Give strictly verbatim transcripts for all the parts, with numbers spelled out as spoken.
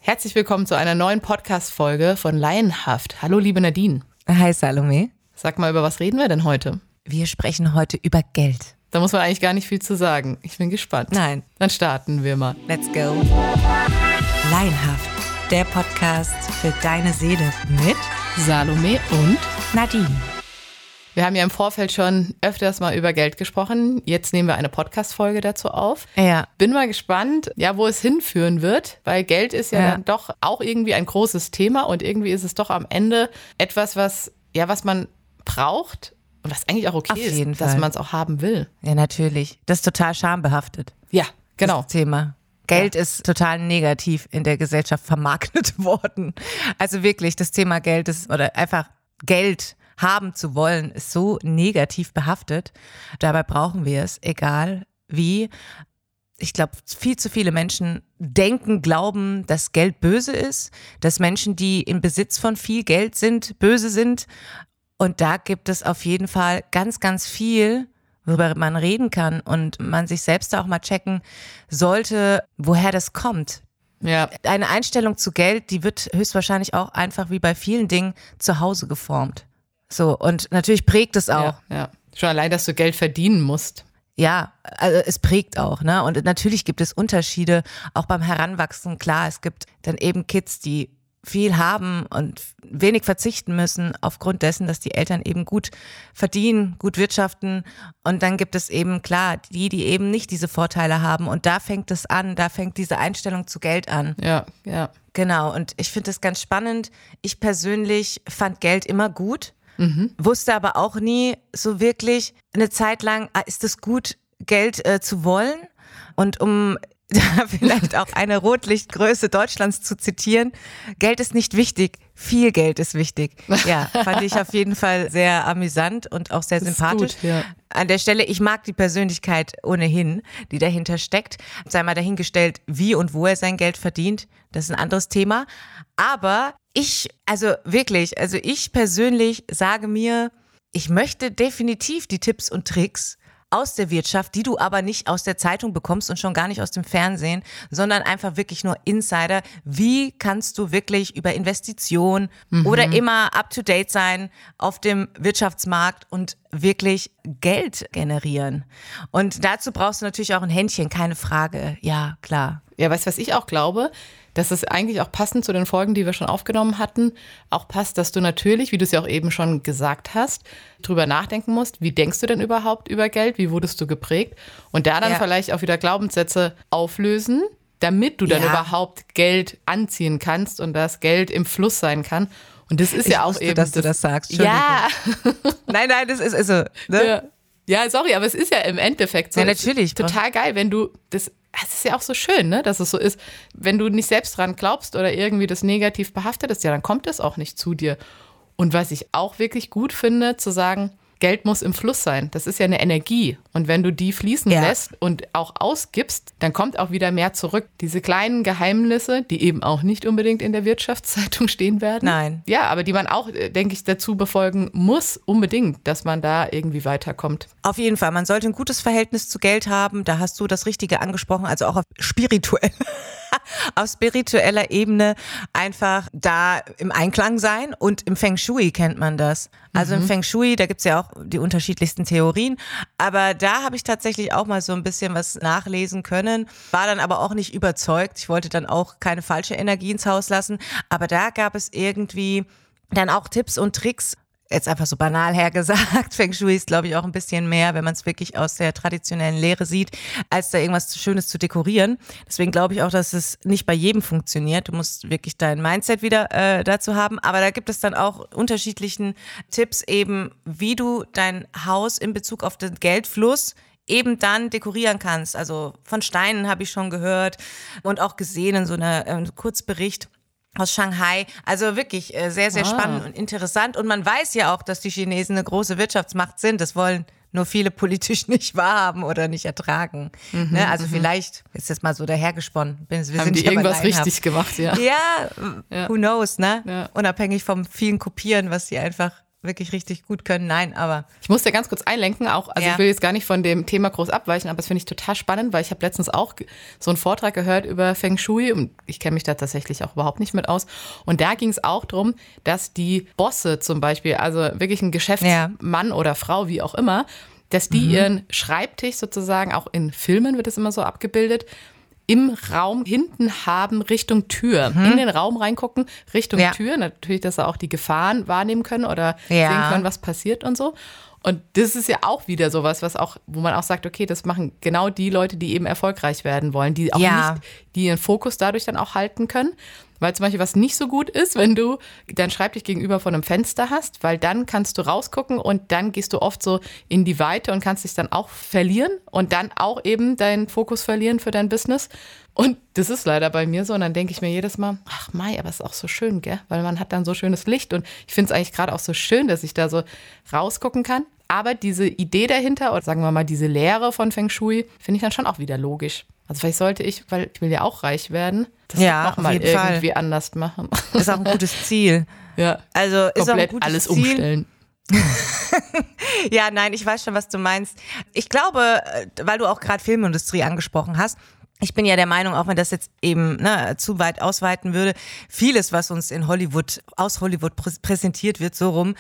Herzlich willkommen zu einer neuen Podcast-Folge von Laienhaft. Hallo, liebe Nadine. Hi, Salome. Sag mal, über was reden wir denn heute? Wir sprechen heute über Geld. Da muss man eigentlich gar nicht viel zu sagen. Ich bin gespannt. Nein. Dann starten wir mal. Let's go. Laienhaft, der Podcast für deine Seele mit Salome und Nadine. Wir haben ja im Vorfeld schon öfters mal über Geld gesprochen. Jetzt nehmen wir eine Podcast-Folge dazu auf. Ja. Bin mal gespannt, ja, wo es hinführen wird, weil Geld ist ja, Ja. dann doch auch irgendwie ein großes Thema und irgendwie ist es doch am Ende etwas, was, ja, was man braucht und was eigentlich auch okay Auf ist, jeden dass Fall. man es auch haben will. Ja, natürlich. Das ist total schambehaftet. Ja, genau. Das Thema. Geld ist total negativ in der Gesellschaft vermarktet worden. Also wirklich, das Thema Geld ist, oder einfach Geld haben zu wollen, ist so negativ behaftet. Dabei brauchen wir es, egal wie. Ich glaube, viel zu viele Menschen denken, glauben, dass Geld böse ist, dass Menschen, die im Besitz von viel Geld sind, böse sind. Und da gibt es auf jeden Fall ganz, ganz viel, worüber man reden kann und man sich selbst auch mal checken sollte, woher das kommt. Ja. Eine Einstellung zu Geld, die wird höchstwahrscheinlich auch einfach wie bei vielen Dingen zu Hause geformt. So, und natürlich prägt es auch. Ja, ja. Schon allein, dass du Geld verdienen musst. Ja, also es prägt auch, ne? Und natürlich gibt es Unterschiede, auch beim Heranwachsen. Klar, es gibt dann eben Kids, die viel haben und wenig verzichten müssen aufgrund dessen, dass die Eltern eben gut verdienen, gut wirtschaften. Und dann gibt es eben, klar, die, die eben nicht diese Vorteile haben. Und da fängt es an, da fängt diese Einstellung zu Geld an. Ja, ja. Genau, und ich finde das ganz spannend. Ich persönlich fand Geld immer gut. Mhm. Wusste aber auch nie so wirklich eine Zeit lang, ah, ist es gut, Geld äh, zu wollen? Und um da vielleicht auch eine Rotlichtgröße Deutschlands zu zitieren, Geld ist nicht wichtig, viel Geld ist wichtig. Ja, fand ich auf jeden Fall sehr amüsant und auch sehr Das ist sympathisch. gut, ja. An der Stelle, ich mag die Persönlichkeit ohnehin, die dahinter steckt. Sei mal dahingestellt, wie und wo er sein Geld verdient, das ist ein anderes Thema. Aber ich, also wirklich, also ich persönlich sage mir, ich möchte definitiv die Tipps und Tricks aus der Wirtschaft, die du aber nicht aus der Zeitung bekommst und schon gar nicht aus dem Fernsehen, sondern einfach wirklich nur Insider. Wie kannst du wirklich über Investitionen mhm. oder immer up-to-date sein auf dem Wirtschaftsmarkt und wirklich Geld generieren? Und dazu brauchst du natürlich auch ein Händchen, keine Frage. Ja, klar. Ja, weißt du, was ich auch glaube? Dass es eigentlich auch passend zu den Folgen, die wir schon aufgenommen hatten, auch passt, dass du natürlich, wie du es ja auch eben schon gesagt hast, drüber nachdenken musst, wie denkst du denn überhaupt über Geld, wie wurdest du geprägt und da dann Ja. vielleicht auch wieder Glaubenssätze auflösen, damit du dann Ja. überhaupt Geld anziehen kannst und das Geld im Fluss sein kann. Und das ist Ich ja auch wusste, eben dass du das sagst. Entschuldigung. Ja. Nein, nein, das ist also, ne? ja. Ja, sorry, aber es ist ja im Endeffekt so. Ja, natürlich. Es ist total geil, wenn du das. Es ist ja auch so schön, ne, dass es so ist. Wenn du nicht selbst dran glaubst oder irgendwie das negativ behaftet ist, ja, dann kommt es auch nicht zu dir. Und was ich auch wirklich gut finde, zu sagen, Geld muss im Fluss sein. Das ist ja eine Energie. Und wenn du die fließen Ja. lässt und auch ausgibst, dann kommt auch wieder mehr zurück. Diese kleinen Geheimnisse, die eben auch nicht unbedingt in der Wirtschaftszeitung stehen werden. Nein. Ja, aber die man auch, äh, denke ich, dazu befolgen muss, unbedingt, dass man da irgendwie weiterkommt. Auf jeden Fall, man sollte ein gutes Verhältnis zu Geld haben, da hast du das Richtige angesprochen, also auch auf spirituell, auf spiritueller Ebene einfach da im Einklang sein und im Feng Shui kennt man das. Also im Feng Shui, da gibt's ja auch die unterschiedlichsten Theorien, aber da habe ich tatsächlich auch mal so ein bisschen was nachlesen können, war dann aber auch nicht überzeugt, ich wollte dann auch keine falsche Energie ins Haus lassen, aber da gab es irgendwie dann auch Tipps und Tricks, jetzt einfach so banal hergesagt, Feng Shui ist, glaube ich, auch ein bisschen mehr, wenn man es wirklich aus der traditionellen Lehre sieht, als da irgendwas Schönes zu dekorieren. Deswegen glaube ich auch, dass es nicht bei jedem funktioniert. Du musst wirklich dein Mindset wieder äh, dazu haben. Aber da gibt es dann auch unterschiedlichen Tipps eben, wie du dein Haus in Bezug auf den Geldfluss eben dann dekorieren kannst. Also von Steinen habe ich schon gehört und auch gesehen in so einer äh, Kurzbericht aus Shanghai. Also wirklich äh, sehr, sehr Ah. spannend und interessant. Und man weiß ja auch, dass die Chinesen eine große Wirtschaftsmacht sind. Das wollen nur viele politisch nicht wahrhaben oder nicht ertragen. Mhm, ne? Also vielleicht ist das mal so dahergesponnen. Wir Haben sind die ja irgendwas laienhaft. richtig gemacht, ja. Ja, Ja. who knows, ne? Ja. Unabhängig vom vielen Kopieren, was sie einfach wirklich richtig gut können. Nein, aber... Ich muss da ganz kurz einlenken, auch, also Ja. ich will jetzt gar nicht von dem Thema groß abweichen, aber das finde ich total spannend, weil ich habe letztens auch so einen Vortrag gehört über Feng Shui und ich kenne mich da tatsächlich auch überhaupt nicht mit aus. Und da ging es auch darum, dass die Bosse zum Beispiel, also wirklich ein Geschäftsmann ja. oder Frau, wie auch immer, dass die mhm. ihren Schreibtisch sozusagen, auch in Filmen wird es immer so abgebildet, im Raum hinten haben Richtung Tür. Mhm. In den Raum reingucken, Richtung ja. Tür. Natürlich, dass sie auch die Gefahren wahrnehmen können oder ja. sehen können, was passiert und so. Und das ist ja auch wieder sowas, was auch, wo man auch sagt, okay, das machen genau die Leute, die eben erfolgreich werden wollen, die auch ja. nicht, die ihren Fokus dadurch dann auch halten können. Weil zum Beispiel was nicht so gut ist, wenn du deinen Schreibtisch gegenüber von einem Fenster hast, weil dann kannst du rausgucken und dann gehst du oft so in die Weite und kannst dich dann auch verlieren und dann auch eben deinen Fokus verlieren für dein Business. Und das ist leider bei mir so und dann denke ich mir jedes Mal, ach Mai, aber es ist auch so schön, gell? Weil man hat dann so schönes Licht und ich finde es eigentlich gerade auch so schön, dass ich da so rausgucken kann. Aber diese Idee dahinter oder sagen wir mal diese Lehre von Feng Shui finde ich dann schon auch wieder logisch. Also vielleicht sollte ich, weil ich will ja auch reich werden, das ja, noch mal irgendwie Fall. anders machen. Ist auch ein gutes Ziel. Ja, also ist komplett auch ein gutes alles Ziel. umstellen. Ja, nein, ich weiß schon, was du meinst. Ich glaube, weil du auch gerade Filmindustrie angesprochen hast, ich bin ja der Meinung, auch wenn das jetzt eben ne, zu weit ausweiten würde, vieles, was uns in Hollywood, aus Hollywood prä- präsentiert wird, so rum,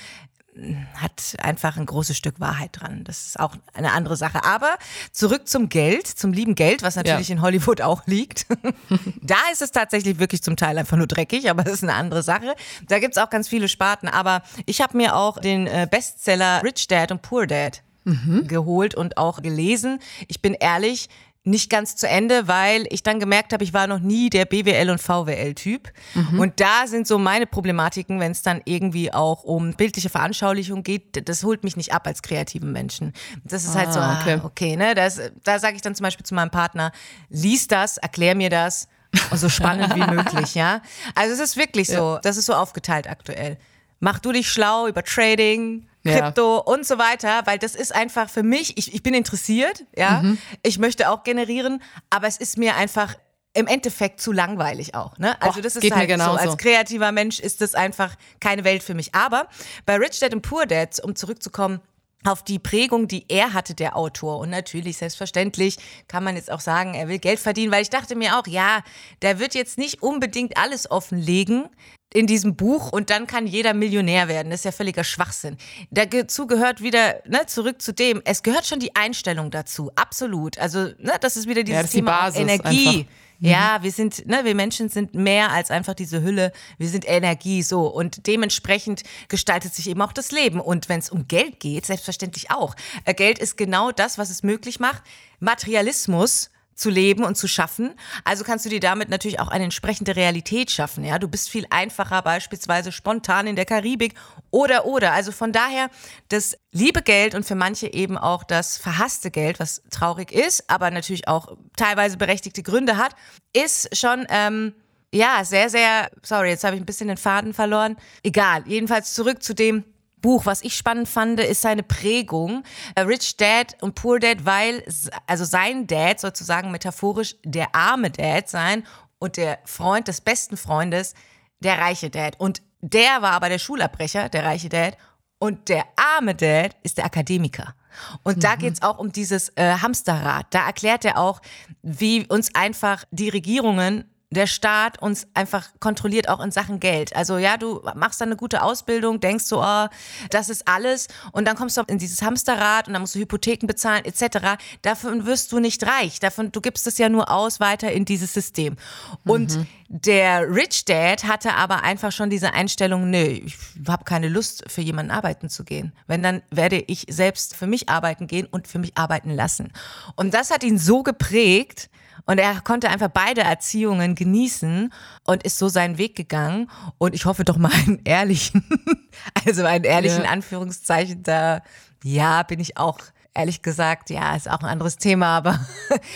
hat einfach ein großes Stück Wahrheit dran. Das ist auch eine andere Sache. Aber zurück zum Geld, zum lieben Geld, was natürlich ja. in Hollywood auch liegt. Da ist es tatsächlich wirklich zum Teil einfach nur dreckig, aber das ist eine andere Sache. Da gibt's auch ganz viele Sparten. Aber ich habe mir auch den Bestseller Rich Dad und Poor Dad mhm. geholt und auch gelesen. Ich bin ehrlich, nicht ganz zu Ende, weil ich dann gemerkt habe, ich war noch nie der B W L- und V W L-Typ. Mhm. Und da sind so meine Problematiken, wenn es dann irgendwie auch um bildliche Veranschaulichung geht, das holt mich nicht ab als kreativen Menschen. Das ist ah, halt so, okay, ah, okay ne? Das, da sage ich dann zum Beispiel zu meinem Partner, lies das, erklär mir das und so spannend wie möglich, ja. Also es ist wirklich so, ja. das ist so aufgeteilt aktuell. Mach du dich schlau über Trading, Krypto ja. und so weiter, weil das ist einfach für mich, ich, ich bin interessiert, ja, mhm. ich möchte auch generieren, aber es ist mir einfach im Endeffekt zu langweilig auch, ne? Also das ist halt so, als kreativer Mensch ist das einfach keine Welt für mich. Aber bei Rich Dad und Poor Dad, um zurückzukommen, auf die Prägung, die er hatte, der Autor. Und natürlich, selbstverständlich, kann man jetzt auch sagen, er will Geld verdienen, weil ich dachte mir auch, ja, der wird jetzt nicht unbedingt alles offenlegen in diesem Buch und dann kann jeder Millionär werden. Das ist ja völliger Schwachsinn. Dazu gehört wieder, ne, zurück zu dem, es gehört schon die Einstellung dazu, absolut. Also, ne, das ist wieder dieses ja, das ist Thema die Basis Energie. Einfach. Ja, wir sind, ne, wir Menschen sind mehr als einfach diese Hülle. Wir sind Energie, so. Und dementsprechend gestaltet sich eben auch das Leben. Und wenn es um Geld geht, selbstverständlich auch. Äh, Geld ist genau das, was es möglich macht, Materialismus zu leben und zu schaffen. Also kannst du dir damit natürlich auch eine entsprechende Realität schaffen. Ja, du bist viel einfacher beispielsweise spontan in der Karibik oder oder. Also von daher das liebe Geld und für manche eben auch das verhasste Geld, was traurig ist, aber natürlich auch teilweise berechtigte Gründe hat, ist schon ähm, ja sehr sehr. Sorry, jetzt habe ich ein bisschen den Faden verloren. Egal. Jedenfalls zurück zu dem Buch. Was ich spannend fand, ist seine Prägung. Rich Dad und Poor Dad, weil also sein Dad sozusagen metaphorisch der arme Dad sein und der Freund des besten Freundes der reiche Dad. Und der war aber der Schulabbrecher, der reiche Dad. Und der arme Dad ist der Akademiker. Und mhm. da geht's auch um dieses äh, Hamsterrad. Da erklärt er auch, wie uns einfach die Regierungen, der Staat uns einfach kontrolliert, auch in Sachen Geld. Also ja, du machst dann eine gute Ausbildung, denkst so, oh, das ist alles und dann kommst du in dieses Hamsterrad und dann musst du Hypotheken bezahlen et cetera. Davon wirst du nicht reich. Davon, du gibst es ja nur aus weiter in dieses System. Und mhm. der Rich Dad hatte aber einfach schon diese Einstellung, nö, ich habe keine Lust, für jemanden arbeiten zu gehen. Wenn, dann werde ich selbst für mich arbeiten gehen und für mich arbeiten lassen. Und das hat ihn so geprägt, und er konnte einfach beide Erziehungen genießen und ist so seinen Weg gegangen. Und ich hoffe doch mal einen ehrlichen, also einen ehrlichen ja. Anführungszeichen, da ja, bin ich auch, ehrlich gesagt, ja, ist auch ein anderes Thema, aber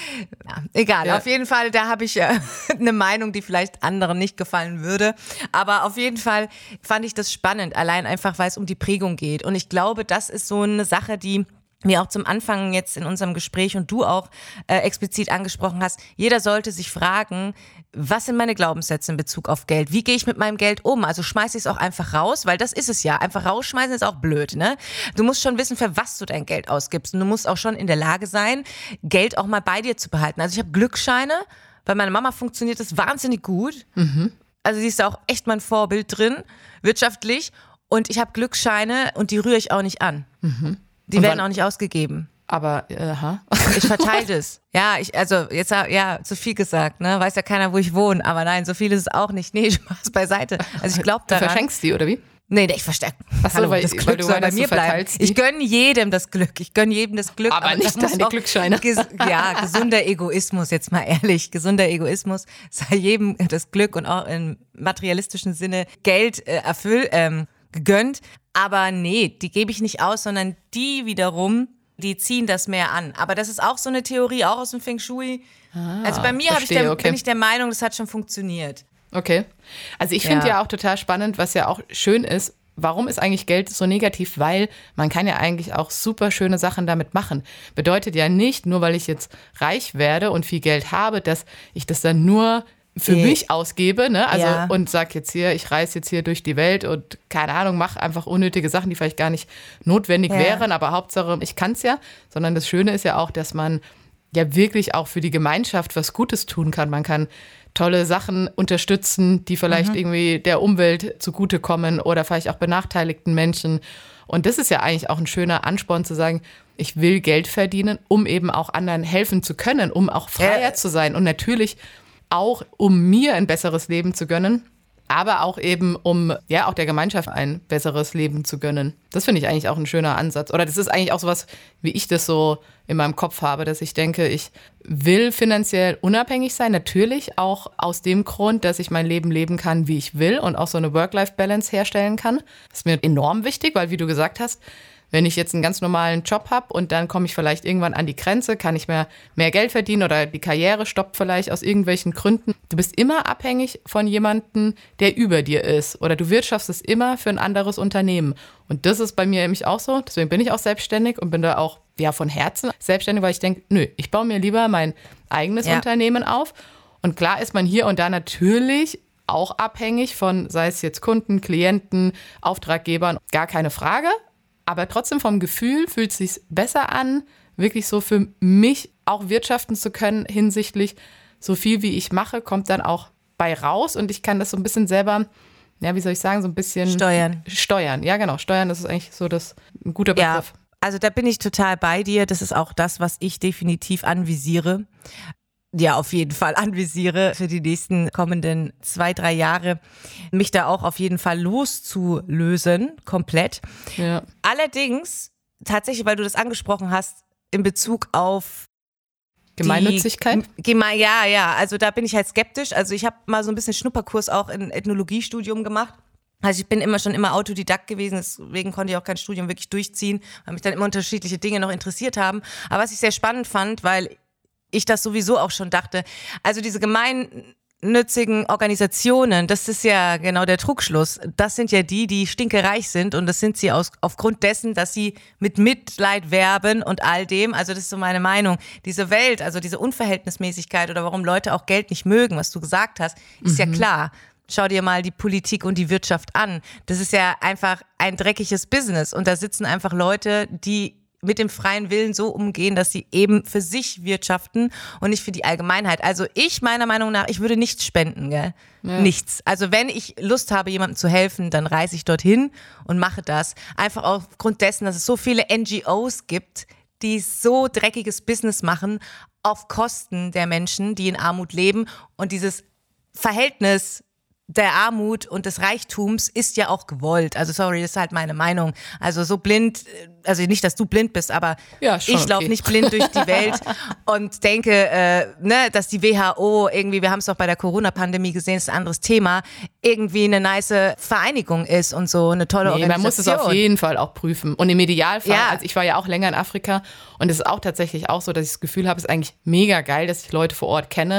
ja, egal. Ja. Auf jeden Fall, da habe ich äh, eine Meinung, die vielleicht anderen nicht gefallen würde. Aber auf jeden Fall fand ich das spannend, allein einfach, weil es um die Prägung geht. Und ich glaube, das ist so eine Sache, die mir auch zum Anfang jetzt in unserem Gespräch und du auch äh, explizit angesprochen hast, jeder sollte sich fragen, was sind meine Glaubenssätze in Bezug auf Geld? Wie gehe ich mit meinem Geld um? Also schmeiße ich es auch einfach raus, weil das ist es ja. Einfach rausschmeißen ist auch blöd, ne? Du musst schon wissen, für was du dein Geld ausgibst. Und du musst auch schon in der Lage sein, Geld auch mal bei dir zu behalten. Also ich habe Glücksscheine, bei meiner Mama funktioniert das wahnsinnig gut. Mhm. Also sie ist da auch echt mein Vorbild drin, wirtschaftlich. Und ich habe Glücksscheine und die rühre ich auch nicht an. Mhm. Die und werden auch nicht ausgegeben. Aber, aha. Ich verteile das. Ja, ich, also jetzt, ja, zu viel gesagt, ne? Weiß ja keiner, wo ich wohne. Aber nein, so viel ist es auch nicht. Nee, ich mach's beiseite. Also ich glaube daran. Du verschenkst die, oder wie? Nee, ich verstecke. Achso, weil das Glück weil du soll bei mir bleiben. Ich gönne jedem das Glück. Ich gönne jedem das Glück. Aber, aber nicht deine Glücksscheine. Ges- ja, gesunder Egoismus, jetzt mal ehrlich. Gesunder Egoismus. Sei jedem das Glück und auch im materialistischen Sinne Geld äh, erfüllt, ähm, gegönnt. Aber nee, die gebe ich nicht aus, sondern die wiederum, die ziehen das mehr an. Aber das ist auch so eine Theorie, auch aus dem Feng Shui. Ah, also bei mir verstehe, ich der, okay. bin ich der Meinung, das hat schon funktioniert. Okay. Also ich finde ja. ja auch total spannend, was ja auch schön ist, warum ist eigentlich Geld so negativ? Weil man kann ja eigentlich auch super schöne Sachen damit machen. Bedeutet ja nicht, nur weil ich jetzt reich werde und viel Geld habe, dass ich das dann nur für nee. mich ausgebe, ne? Also ja. und sag jetzt hier, ich reise jetzt hier durch die Welt und keine Ahnung, mache einfach unnötige Sachen, die vielleicht gar nicht notwendig ja. wären, aber Hauptsache, ich kann es ja. Sondern das Schöne ist ja auch, dass man ja wirklich auch für die Gemeinschaft was Gutes tun kann. Man kann tolle Sachen unterstützen, die vielleicht mhm. irgendwie der Umwelt zugutekommen oder vielleicht auch benachteiligten Menschen. Und das ist ja eigentlich auch ein schöner Ansporn zu sagen, ich will Geld verdienen, um eben auch anderen helfen zu können, um auch freier ja. zu sein und natürlich auch, um mir ein besseres Leben zu gönnen, aber auch eben, um ja auch der Gemeinschaft ein besseres Leben zu gönnen. Das finde ich eigentlich auch ein schöner Ansatz. Oder das ist eigentlich auch sowas, wie ich das so in meinem Kopf habe, dass ich denke, ich will finanziell unabhängig sein. Natürlich auch aus dem Grund, dass ich mein Leben leben kann, wie ich will und auch so eine Work-Life-Balance herstellen kann. Das ist mir enorm wichtig, weil wie du gesagt hast, wenn ich jetzt einen ganz normalen Job habe und dann komme ich vielleicht irgendwann an die Grenze, kann ich mehr, mehr Geld verdienen oder die Karriere stoppt vielleicht aus irgendwelchen Gründen. Du bist immer abhängig von jemandem, der über dir ist oder du wirtschaftest immer für ein anderes Unternehmen. Und das ist bei mir nämlich auch so. Deswegen bin ich auch selbstständig und bin da auch ja von Herzen selbstständig, weil ich denke, nö, ich baue mir lieber mein eigenes ja. Unternehmen auf. Und klar ist man hier und da natürlich auch abhängig von, sei es jetzt Kunden, Klienten, Auftraggebern, gar keine Frage. Aber trotzdem vom Gefühl fühlt es sich besser an, wirklich so für mich auch wirtschaften zu können hinsichtlich so viel, wie ich mache, kommt dann auch bei raus und ich kann das so ein bisschen selber, ja, wie soll ich sagen, so ein bisschen steuern. Steuern, ja genau, steuern, das ist eigentlich so das ein guter Begriff. Ja, also da bin ich total bei dir, das ist auch das, was ich definitiv anvisiere. Ja, auf jeden Fall anvisiere für die nächsten kommenden zwei, drei Jahre, mich da auch auf jeden Fall loszulösen, komplett. Ja. Allerdings, tatsächlich, weil du das angesprochen hast, in Bezug auf Gemeinnützigkeit? Die, ja, ja, also da bin ich halt skeptisch. Also ich habe mal so ein bisschen Schnupperkurs auch in Ethnologiestudium gemacht. Also ich bin immer schon immer Autodidakt gewesen, deswegen konnte ich auch kein Studium wirklich durchziehen, weil mich dann immer unterschiedliche Dinge noch interessiert haben. Aber was ich sehr spannend fand, weil ich das sowieso auch schon dachte, also diese gemeinnützigen Organisationen, das ist ja genau der Trugschluss, das sind ja die, die stinkereich sind und das sind sie aus, aufgrund dessen, dass sie mit Mitleid werben und all dem, also das ist so meine Meinung, diese Welt, also diese Unverhältnismäßigkeit oder warum Leute auch Geld nicht mögen, was du gesagt hast, ist mhm. ja klar. Schau dir mal die Politik und die Wirtschaft an. Das ist ja einfach ein dreckiges Business und da sitzen einfach Leute, die mit dem freien Willen so umgehen, dass sie eben für sich wirtschaften und nicht für die Allgemeinheit. Also ich, meiner Meinung nach, ich würde nichts spenden, gell? Ja. Nichts. Also wenn ich Lust habe, jemandem zu helfen, dann reise ich dorthin und mache das. Einfach aufgrund dessen, dass es so viele N G Os gibt, die so dreckiges Business machen auf Kosten der Menschen, die in Armut leben und dieses Verhältnis der Armut und des Reichtums ist ja auch gewollt. Also sorry, das ist halt meine Meinung. Also so blind, also nicht, dass du blind bist, aber ja, ich laufe okay. nicht blind durch die Welt und denke, äh, ne, dass die W H O irgendwie, wir haben es doch bei der Corona-Pandemie gesehen, ist ein anderes Thema, irgendwie eine nice Vereinigung ist und so eine tolle nee, Organisation. Man muss es auf jeden Fall auch prüfen. Und im Idealfall, ja. also ich war ja auch länger in Afrika und es ist auch tatsächlich auch so, dass ich das Gefühl habe, es ist eigentlich mega geil, dass ich Leute vor Ort kenne.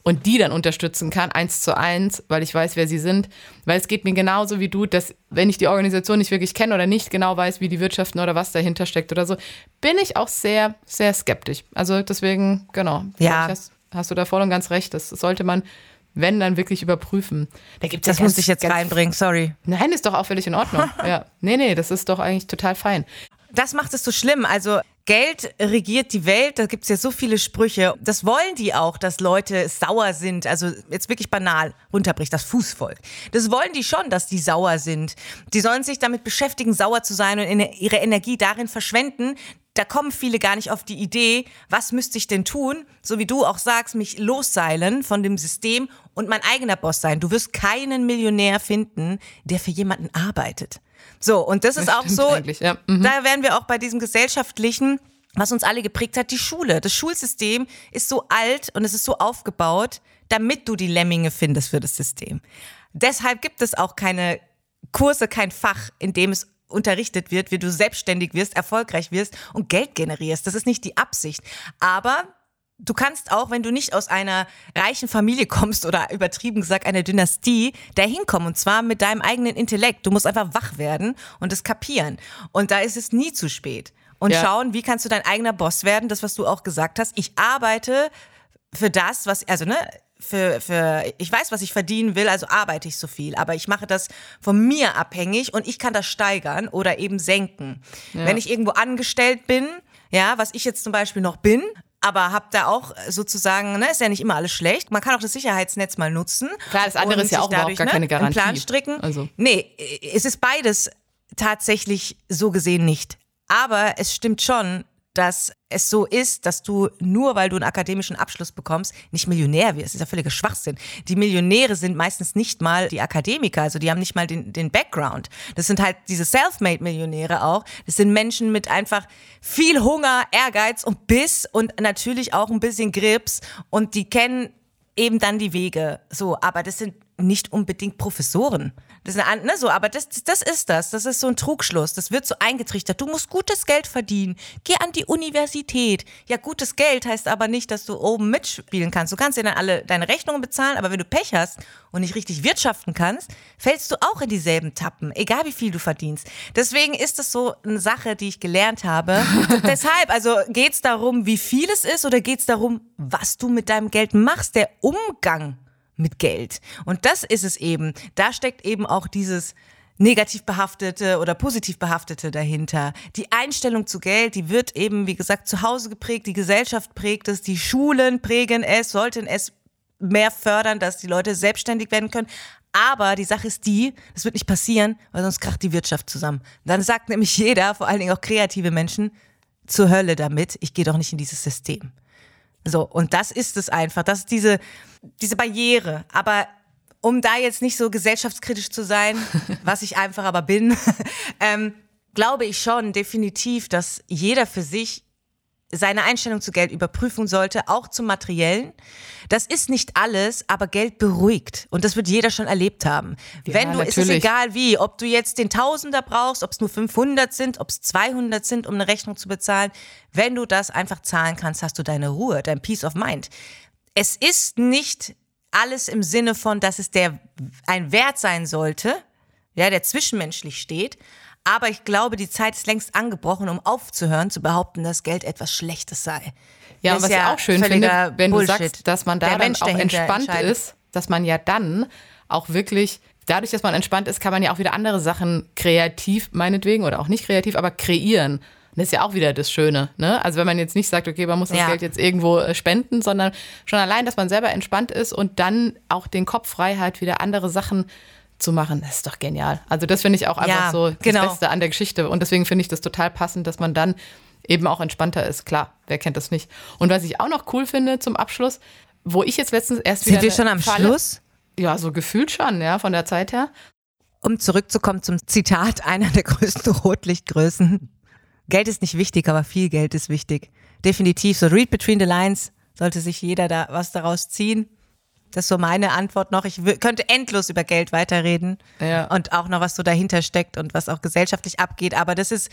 und die dann unterstützen kann, eins zu eins, weil ich weiß, wer sie sind. Weil es geht mir genauso wie du, dass wenn ich die Organisation nicht wirklich kenne oder nicht genau weiß, wie die wirtschaften oder was dahinter steckt oder so, bin ich auch sehr, sehr skeptisch. Also deswegen, genau, ja. ich, hast, hast du da voll und ganz recht. Das sollte man, wenn, dann wirklich überprüfen. Da gibt's das ja ganz, musste ich jetzt ganz, reinbringen, sorry. Nein, ist doch auch völlig in Ordnung. Ja. Nee, nee, das ist doch eigentlich total fein. Das macht es so schlimm. Also Geld regiert die Welt, da gibt es ja so viele Sprüche. Das wollen die auch, dass Leute sauer sind. Also jetzt wirklich banal runterbricht, das Fußvolk. Das wollen die schon, dass die sauer sind. Die sollen sich damit beschäftigen, sauer zu sein und ihre Energie darin verschwenden. Da kommen viele gar nicht auf die Idee, was müsste ich denn tun? So wie du auch sagst, mich losseilen von dem System und mein eigener Boss sein. Du wirst keinen Millionär finden, der für jemanden arbeitet. So, und das ist das auch so, ja. mhm. da wären wir auch bei diesem gesellschaftlichen, was uns alle geprägt hat, die Schule. Das Schulsystem ist so alt und es ist so aufgebaut, damit du die Lemminge findest für das System. Deshalb gibt es auch keine Kurse, kein Fach, in dem es unterrichtet wird, wie du selbstständig wirst, erfolgreich wirst und Geld generierst. Das ist nicht die Absicht. Aber du kannst auch, wenn du nicht aus einer reichen Familie kommst oder übertrieben gesagt einer Dynastie, da hinkommen und zwar mit deinem eigenen Intellekt. Du musst einfach wach werden und es kapieren. Und da ist es nie zu spät. Und ja. schauen, wie kannst du dein eigener Boss werden, das, was du auch gesagt hast. Ich arbeite für das, was, also ne, Für, für, ich weiß, was ich verdienen will, also arbeite ich so viel. Aber ich mache das von mir abhängig und ich kann das steigern oder eben senken. Ja. Wenn ich irgendwo angestellt bin, ja, was ich jetzt zum Beispiel noch bin, aber hab da auch sozusagen, ne, ist ja nicht immer alles schlecht. Man kann auch das Sicherheitsnetz mal nutzen. Klar, das andere ist ja auch dadurch, überhaupt gar keine Garantie. Einen Plan stricken. Also. Nee, es ist beides tatsächlich so gesehen nicht. Aber es stimmt schon, dass es so ist, dass du nur, weil du einen akademischen Abschluss bekommst, nicht Millionär wirst. Das ist ja völliger Schwachsinn. Die Millionäre sind meistens nicht mal die Akademiker, also die haben nicht mal den, den Background. Das sind halt diese Selfmade-Millionäre auch. Das sind Menschen mit einfach viel Hunger, Ehrgeiz und Biss und natürlich auch ein bisschen Grips und die kennen eben dann die Wege. So, aber das sind nicht unbedingt Professoren. Das ist eine, ne, so, aber das, das ist das. Das ist so ein Trugschluss. Das wird so eingetrichtert. Du musst gutes Geld verdienen. Geh an die Universität. Ja, gutes Geld heißt aber nicht, dass du oben mitspielen kannst. Du kannst dir dann alle deine Rechnungen bezahlen, aber wenn du Pech hast und nicht richtig wirtschaften kannst, fällst du auch in dieselben Tappen, egal wie viel du verdienst. Deswegen ist das so eine Sache, die ich gelernt habe. Deshalb, also geht's darum, wie viel es ist oder geht's darum, was du mit deinem Geld machst, der Umgang mit Geld. Und das ist es eben. Da steckt eben auch dieses negativ behaftete oder positiv behaftete dahinter. Die Einstellung zu Geld, die wird eben, wie gesagt, zu Hause geprägt, die Gesellschaft prägt es, die Schulen prägen es, sollten es mehr fördern, dass die Leute selbstständig werden können. Aber die Sache ist die, das wird nicht passieren, weil sonst kracht die Wirtschaft zusammen. Dann sagt nämlich jeder, vor allen Dingen auch kreative Menschen, zur Hölle damit, ich gehe doch nicht in dieses System. So, und das ist es einfach, das ist diese, diese Barriere. Aber um da jetzt nicht so gesellschaftskritisch zu sein, was ich einfach aber bin, ähm, glaube ich schon definitiv, dass jeder für sich seine Einstellung zu Geld überprüfen sollte, auch zum Materiellen. Das ist nicht alles, aber Geld beruhigt. Und das wird jeder schon erlebt haben. Ja, Wenn du, natürlich. ist es egal wie, ob du jetzt den Tausender brauchst, ob es nur fünfhundert sind, ob es zweihundert sind, um eine Rechnung zu bezahlen. Wenn du das einfach zahlen kannst, hast du deine Ruhe, dein Peace of Mind. Es ist nicht alles im Sinne von, dass es der, ein Wert sein sollte, ja, der zwischenmenschlich steht. Aber ich glaube, die Zeit ist längst angebrochen, um aufzuhören, zu behaupten, dass Geld etwas Schlechtes sei. Ja, das und was ist ich ja auch schön finde, wenn Bullshit. du sagst, dass man da Der dann Mensch auch dahinter entspannt entscheidet. ist, dass man ja dann auch wirklich, dadurch, dass man entspannt ist, kann man ja auch wieder andere Sachen kreativ, meinetwegen, oder auch nicht kreativ, aber kreieren. Das ist ja auch wieder das Schöne, ne? Also wenn man jetzt nicht sagt, okay, man muss das Ja. Geld jetzt irgendwo äh, spenden, sondern schon allein, dass man selber entspannt ist und dann auch den Kopf frei hat, wieder andere Sachen zu machen, das ist doch genial. Also das finde ich auch einfach Ja, so das genau. Beste an der Geschichte. Und deswegen finde ich das total passend, dass man dann eben auch entspannter ist. Klar, wer kennt das nicht? Und was ich auch noch cool finde zum Abschluss, wo ich jetzt letztens erst wieder Sind wir schon am Falle, Schluss? Ja, so gefühlt schon, ja, von der Zeit her. Um zurückzukommen zum Zitat einer der größten Rotlichtgrößen. Geld ist nicht wichtig, aber viel Geld ist wichtig. Definitiv. So read between the lines. Sollte sich jeder da was daraus ziehen. Das ist so meine Antwort noch. Ich w- könnte endlos über Geld weiterreden. Ja. Und auch noch, was so dahinter steckt und was auch gesellschaftlich abgeht. Aber das ist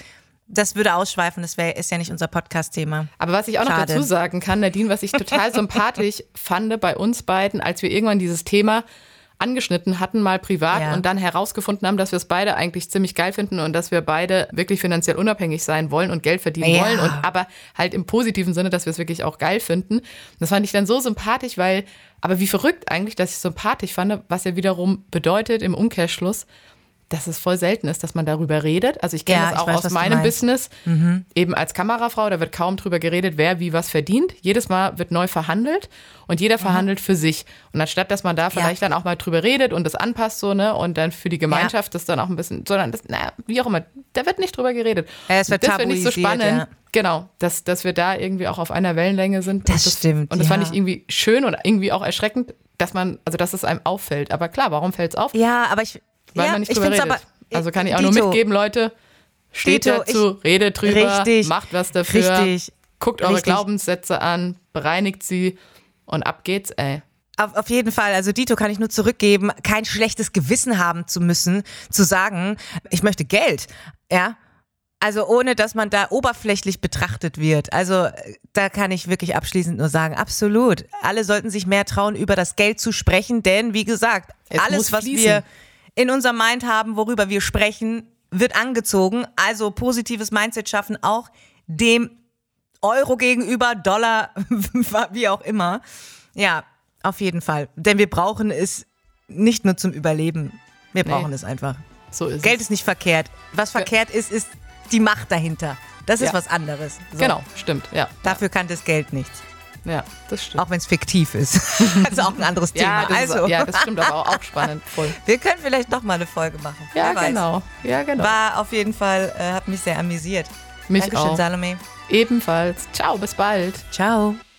Das würde ausschweifen, das wär, ist ja nicht unser Podcast-Thema. Aber was ich auch noch Schade. dazu sagen kann, Nadine, was ich total sympathisch fand bei uns beiden, als wir irgendwann dieses Thema angeschnitten hatten, mal privat Ja. und dann herausgefunden haben, dass wir es beide eigentlich ziemlich geil finden und dass wir beide wirklich finanziell unabhängig sein wollen und Geld verdienen Ja. wollen und aber halt im positiven Sinne, dass wir es wirklich auch geil finden. Das fand ich dann so sympathisch, weil, aber wie verrückt eigentlich, dass ich es sympathisch fand, was ja wiederum bedeutet im Umkehrschluss, dass es voll selten ist, dass man darüber redet. Also ich kenne Ja, das ich auch weiß, aus was du meinem meinst. Business, eben als Kamerafrau, da wird kaum drüber geredet, wer wie was verdient. Jedes Mal wird neu verhandelt und jeder verhandelt für sich. Und anstatt, dass man da vielleicht dann auch mal drüber redet und das anpasst so, ne, und dann für die Gemeinschaft das dann auch ein bisschen, sondern das, na, wie auch immer, da wird nicht drüber geredet. Ja, es wird das finde ich so tabuisiert, spannend. ja. Genau, dass, dass wir da irgendwie auch auf einer Wellenlänge sind. Das und stimmt, Und das fand ja. ich irgendwie schön und irgendwie auch erschreckend, dass man, also dass es einem auffällt. Aber klar, warum fällt es auf? Ja, aber ich, Weil ja, man nicht ich drüber find's redet. aber, Also kann ich auch Dito, nur mitgeben, Leute, steht Dito, dazu, redet drüber, richtig, macht was dafür, richtig, guckt eure richtig. Glaubenssätze an, bereinigt sie und ab geht's, ey. Auf, auf jeden Fall, also Dito kann ich nur zurückgeben, kein schlechtes Gewissen haben zu müssen, zu sagen, ich möchte Geld, ja. Also ohne, dass man da oberflächlich betrachtet wird. Also da kann ich wirklich abschließend nur sagen, absolut. Alle sollten sich mehr trauen, über das Geld zu sprechen, denn wie gesagt, Es muss alles, was fließen. wir in unserem Mind haben, worüber wir sprechen, wird angezogen. Also positives Mindset schaffen, auch dem Euro gegenüber, Dollar, wie auch immer. Ja, auf jeden Fall. Denn wir brauchen es nicht nur zum Überleben. Wir brauchen Nee. es einfach. So ist Geld es. ist nicht verkehrt. Was verkehrt ist, ist die Macht dahinter. Das ist Ja. was anderes. So. Genau, stimmt, ja. Dafür kann das Geld nichts. Ja, das stimmt. Auch wenn es fiktiv ist. Das ist auch ein anderes Thema. ja, das also, ist, ja, das stimmt aber auch, auch spannend, voll. wir können vielleicht noch mal eine Folge machen. Ja, Wer weiß. genau, ja, genau. War auf jeden Fall, äh, hat mich sehr amüsiert. Mich Dankeschön, auch. Salome. Ebenfalls. Ciao, bis bald. Ciao.